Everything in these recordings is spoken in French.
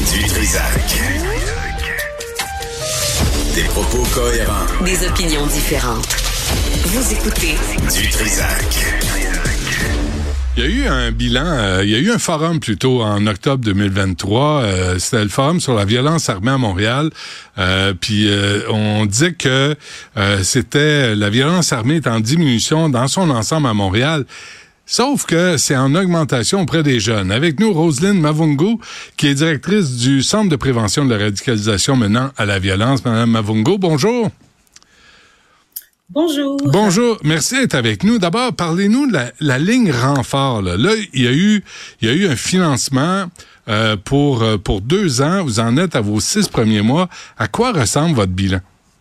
Du Trisac. Des propos cohérents. Des opinions différentes. Vous écoutez Du Trisac. Il y a eu un bilan, il y a eu un forum plutôt en octobre 2023. C'était le forum sur la violence armée à Montréal. Puis on disait que c'était la violence armée est en diminution dans son ensemble à Montréal. Sauf que c'est en augmentation auprès des jeunes. Avec nous, Roselyne Mavungo, qui est directrice du Centre de prévention de la radicalisation menant à la violence. Madame Mavungo, bonjour. Bonjour. Bonjour. Merci d'être avec nous. D'abord, parlez-nous de la ligne renfort. Là, il y a eu un financement pour 2 ans. Vous en êtes à vos 6 premiers mois. À quoi ressemble votre bilan?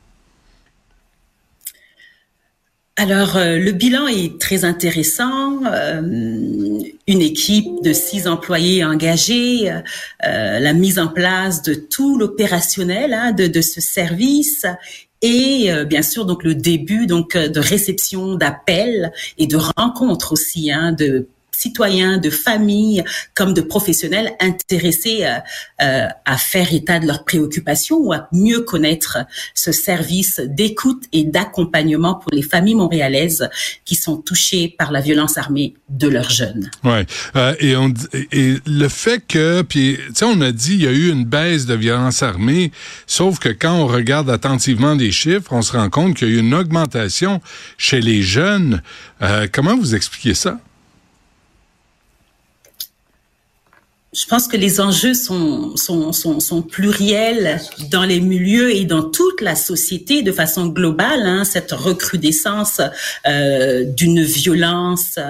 Alors, le bilan est très intéressant. Une équipe de 6 employés engagés, la mise en place de tout l'opérationnel de ce service et bien sûr donc le début donc de réception d'appels et de rencontres aussi de citoyens, de familles comme de professionnels intéressés à faire état de leurs préoccupations ou à mieux connaître ce service d'écoute et d'accompagnement pour les familles montréalaises qui sont touchées par la violence armée de leurs jeunes. Ouais. Et le fait que, puis tu sais, on a dit il y a eu une baisse de violence armée, sauf que quand on regarde attentivement les chiffres, on se rend compte qu'il y a eu une augmentation chez les jeunes. Comment vous expliquez ça? Je pense que les enjeux sont pluriels dans les milieux et dans toute la société de façon globale. Cette recrudescence d'une violence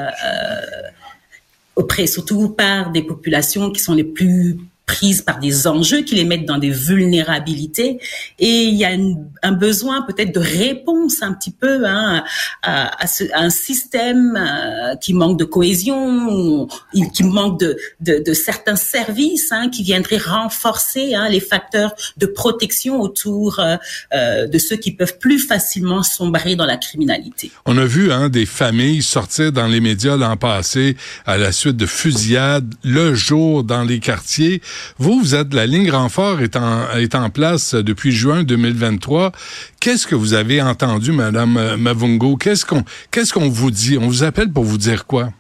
surtout par des populations qui sont les plus prises par des enjeux qui les mettent dans des vulnérabilités, et il y a un besoin peut-être de réponse un petit peu à un système qui manque de cohésion, qui manque de certains services qui viendraient renforcer les facteurs de protection autour de ceux qui peuvent plus facilement sombrer dans la criminalité. On a vu des familles sortir dans les médias l'an passé à la suite de fusillades le jour dans les quartiers. Vous êtes, la ligne renfort est en place depuis juin 2023. Qu'est-ce que vous avez entendu, Madame Mavungo? Qu'est-ce qu'on vous dit? On vous appelle pour vous dire quoi?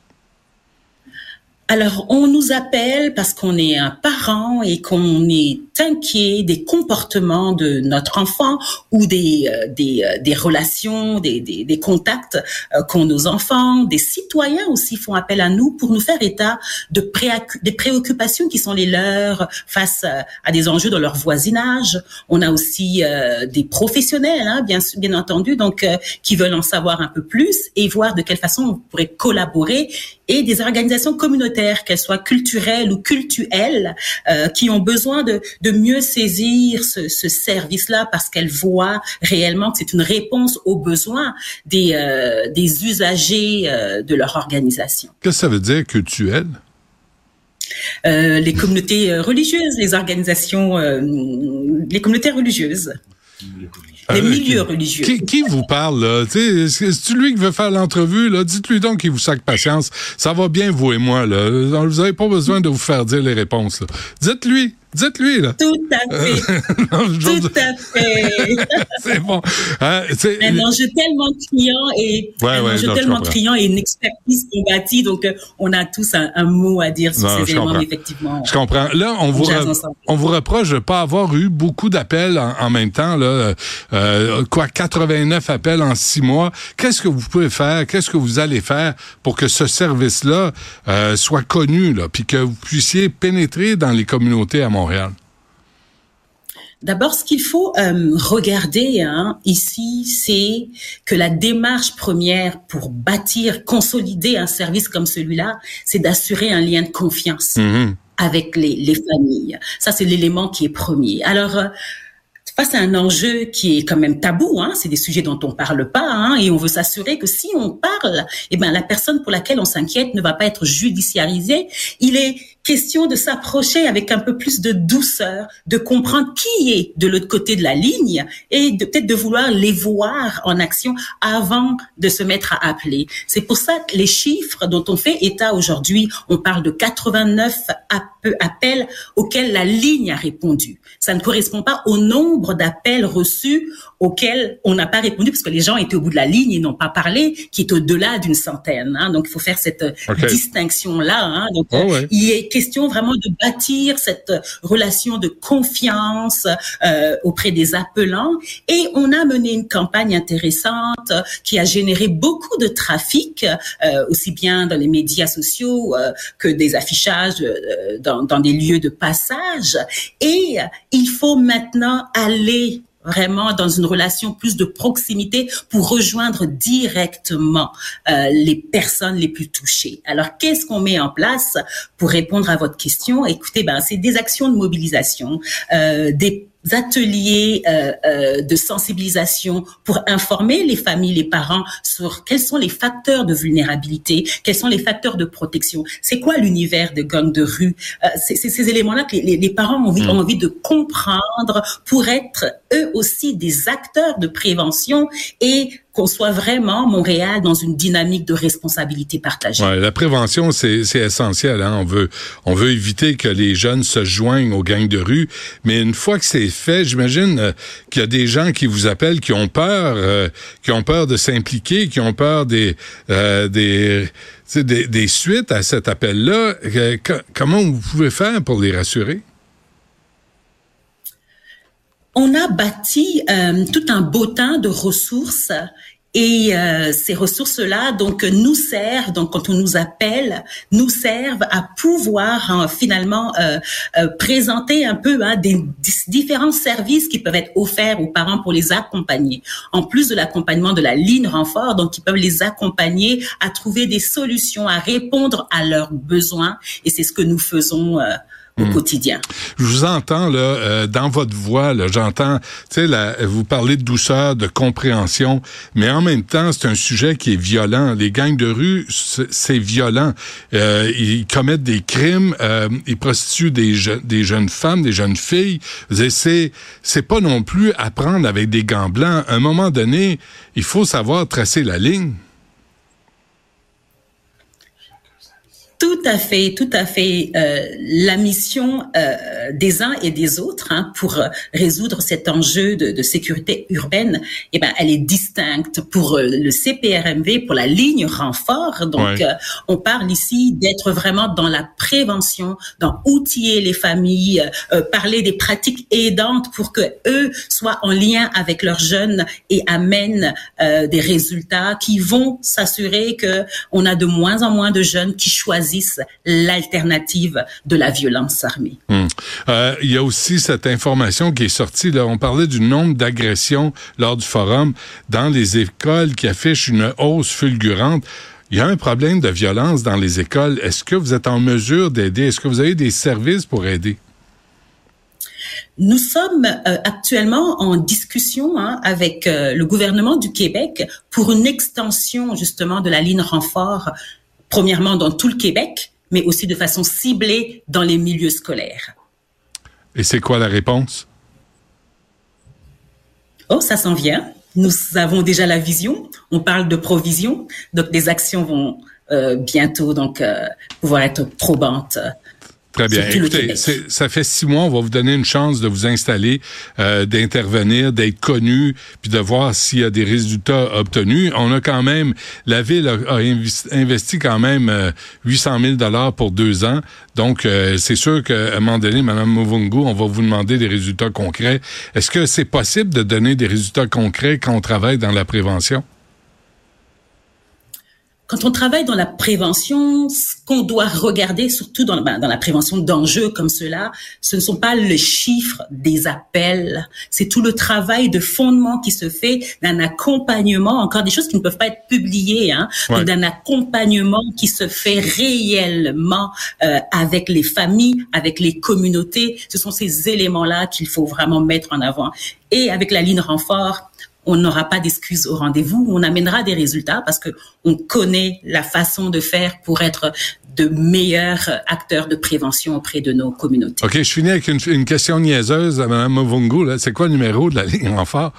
Alors, on nous appelle parce qu'on est un parent et qu'on est inquiet des comportements de notre enfant ou des relations, des contacts qu'ont nos enfants. Des citoyens aussi font appel à nous pour nous faire état des préoccupations qui sont les leurs face à des enjeux dans leur voisinage. On a aussi des professionnels, bien entendu, donc qui veulent en savoir un peu plus et voir de quelle façon on pourrait collaborer, et des organisations communautaires, qu'elles soient culturelles ou cultuelles, qui ont besoin de mieux saisir ce service-là parce qu'elles voient réellement que c'est une réponse aux besoins des usagers de leur organisation. Qu'est-ce que ça veut dire, culturel? Les communautés religieuses, les organisations, les communautés religieuses. Les milieux religieux. Qui vous parle, là? C'est lui qui veut faire l'entrevue, là? Dites-lui donc qu'il vous saque patience. Ça va bien, vous et moi, là. Vous n'avez pas besoin de vous faire dire les réponses, là. Dites-lui, là. Tout à fait. Tout à fait. C'est bon. Un enjeu tellement criant et une expertise qu'on bâtit. Donc, on a tous un mot à dire sur ces éléments, effectivement. Je comprends. Là, on vous reproche de ne pas avoir eu beaucoup d'appels en même temps, là. 89 appels en 6 mois. Qu'est-ce que vous pouvez faire? Qu'est-ce que vous allez faire pour que ce service-là soit connu, là, puis que vous puissiez pénétrer dans les communautés à Montréal? D'abord, ce qu'il faut regarder ici, c'est que la démarche première pour bâtir, consolider un service comme celui-là, c'est d'assurer un lien de confiance avec les familles. Ça, c'est l'élément qui est premier. Alors, face à un enjeu qui est quand même tabou, c'est des sujets dont on parle pas, et on veut s'assurer que si on parle, la personne pour laquelle on s'inquiète ne va pas être judiciarisée. Il est question de s'approcher avec un peu plus de douceur, de comprendre qui est de l'autre côté de la ligne et peut-être de vouloir les voir en action avant de se mettre à appeler. C'est pour ça que les chiffres dont on fait état aujourd'hui, on parle de 89 appels auxquels la ligne a répondu. Ça ne correspond pas au nombre d'appels reçus auxquels on n'a pas répondu parce que les gens étaient au bout de la ligne et n'ont pas parlé, qui est au-delà d'une centaine. Hein. Donc, il faut faire cette distinction-là. Hein. Donc, il est question vraiment de bâtir cette relation de confiance auprès des appelants. Et on a mené une campagne intéressante qui a généré beaucoup de trafic, aussi bien dans les médias sociaux que des affichages dans des lieux de passage. Et il faut maintenant aller vraiment dans une relation plus de proximité pour rejoindre directement les personnes les plus touchées. Alors, qu'est-ce qu'on met en place pour répondre à votre question? Écoutez, c'est des actions de mobilisation, des ateliers de sensibilisation pour informer les familles, les parents sur quels sont les facteurs de vulnérabilité, quels sont les facteurs de protection, c'est quoi l'univers de gangs de rue, c'est ces éléments-là que les parents ont envie de comprendre pour être eux aussi des acteurs de prévention et qu'on soit vraiment, Montréal, dans une dynamique de responsabilité partagée. Ouais, la prévention, c'est essentiel. Hein? On veut éviter que les jeunes se joignent aux gangs de rue, mais une fois que c'est fait, j'imagine qu'il y a des gens qui vous appellent, qui ont peur de s'impliquer, qui ont peur des suites à cet appel-là. Comment vous pouvez faire pour les rassurer? On a bâti tout un bottin de ressources et ces ressources-là nous servent, donc quand on nous appelle, nous servent à pouvoir finalement présenter un peu des différents services qui peuvent être offerts aux parents pour les accompagner. En plus de l'accompagnement de la ligne renfort, donc ils peuvent les accompagner à trouver des solutions, à répondre à leurs besoins et c'est ce que nous faisons au quotidien. Je vous entends là dans votre voix, là, j'entends, vous parlez de douceur, de compréhension, mais en même temps, c'est un sujet qui est violent. Les gangs de rue, c'est violent. Ils commettent des crimes, ils prostituent des jeunes femmes, des jeunes filles. C'est pas non plus à prendre avec des gants blancs. À un moment donné, il faut savoir tracer la ligne. Tout à fait. La mission des uns et des autres pour résoudre cet enjeu de sécurité urbaine, elle est distincte. Pour le CPRMV, pour la ligne renfort, donc on parle ici d'être vraiment dans la prévention, dans outiller les familles, parler des pratiques aidantes pour que eux soient en lien avec leurs jeunes et amènent des résultats qui vont s'assurer que on a de moins en moins de jeunes qui choisissent l'alternative de la violence armée. Il y a aussi cette information qui est sortie, là, on parlait du nombre d'agressions lors du forum dans les écoles qui affiche une hausse fulgurante. Il y a un problème de violence dans les écoles. Est-ce que vous êtes en mesure d'aider? Est-ce que vous avez des services pour aider? Nous sommes actuellement en discussion avec le gouvernement du Québec pour une extension justement de la ligne renfort, premièrement dans tout le Québec, mais aussi de façon ciblée dans les milieux scolaires. Et c'est quoi la réponse? Oh, ça s'en vient. Nous avons déjà la vision. On parle de provision. Donc, des actions vont bientôt pouvoir être probantes. Très bien. Écoutez, ça fait 6 mois, on va vous donner une chance de vous installer, d'intervenir, d'être connu, puis de voir s'il y a des résultats obtenus. On a quand même, la Ville a investi quand même 800 000 $ pour 2 ans. Donc, c'est sûr qu'à un moment donné, Mme Muvungu, on va vous demander des résultats concrets. Est-ce que c'est possible de donner des résultats concrets quand on travaille dans la prévention? Quand on travaille dans la prévention, ce qu'on doit regarder, surtout dans la prévention d'enjeux comme cela, ce ne sont pas les chiffres des appels, c'est tout le travail de fondement qui se fait d'un accompagnement, encore des choses qui ne peuvent pas être publiées, donc d'un accompagnement qui se fait réellement avec les familles, avec les communautés. Ce sont ces éléments-là qu'il faut vraiment mettre en avant. Et avec la ligne renfort, on n'aura pas d'excuses au rendez-vous, on amènera des résultats parce que on connaît la façon de faire pour être de meilleurs acteurs de prévention auprès de nos communautés. OK, je finis avec une question niaiseuse à Mme Mavungu. Là. C'est quoi le numéro de la ligne renfort?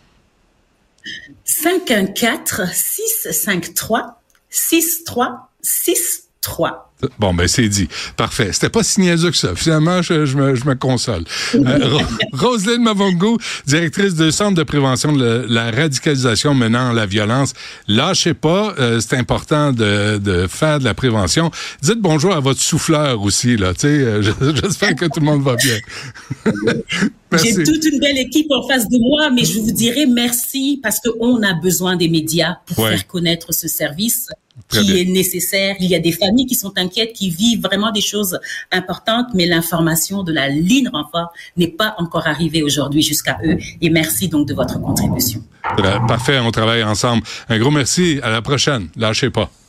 514-653-6363. Bon, ben c'est dit. Parfait. C'était pas si niaiseux que ça. Finalement, je me console. Roselyne Mavungu, directrice du Centre de prévention de la radicalisation menant à la violence. Lâchez pas, c'est important de faire de la prévention. Dites bonjour à votre souffleur aussi, là. Tu sais, j'espère que tout le monde va bien. J'ai toute une belle équipe en face de moi, mais je vous dirais merci parce qu'on a besoin des médias pour faire connaître ce service qui est nécessaire. Il y a des familles qui sont inquiètes, qui vivent vraiment des choses importantes, mais l'information de la ligne renfort n'est pas encore arrivée aujourd'hui jusqu'à eux. Et merci donc de votre contribution. Parfait, on travaille ensemble. Un gros merci. À la prochaine. Lâchez pas.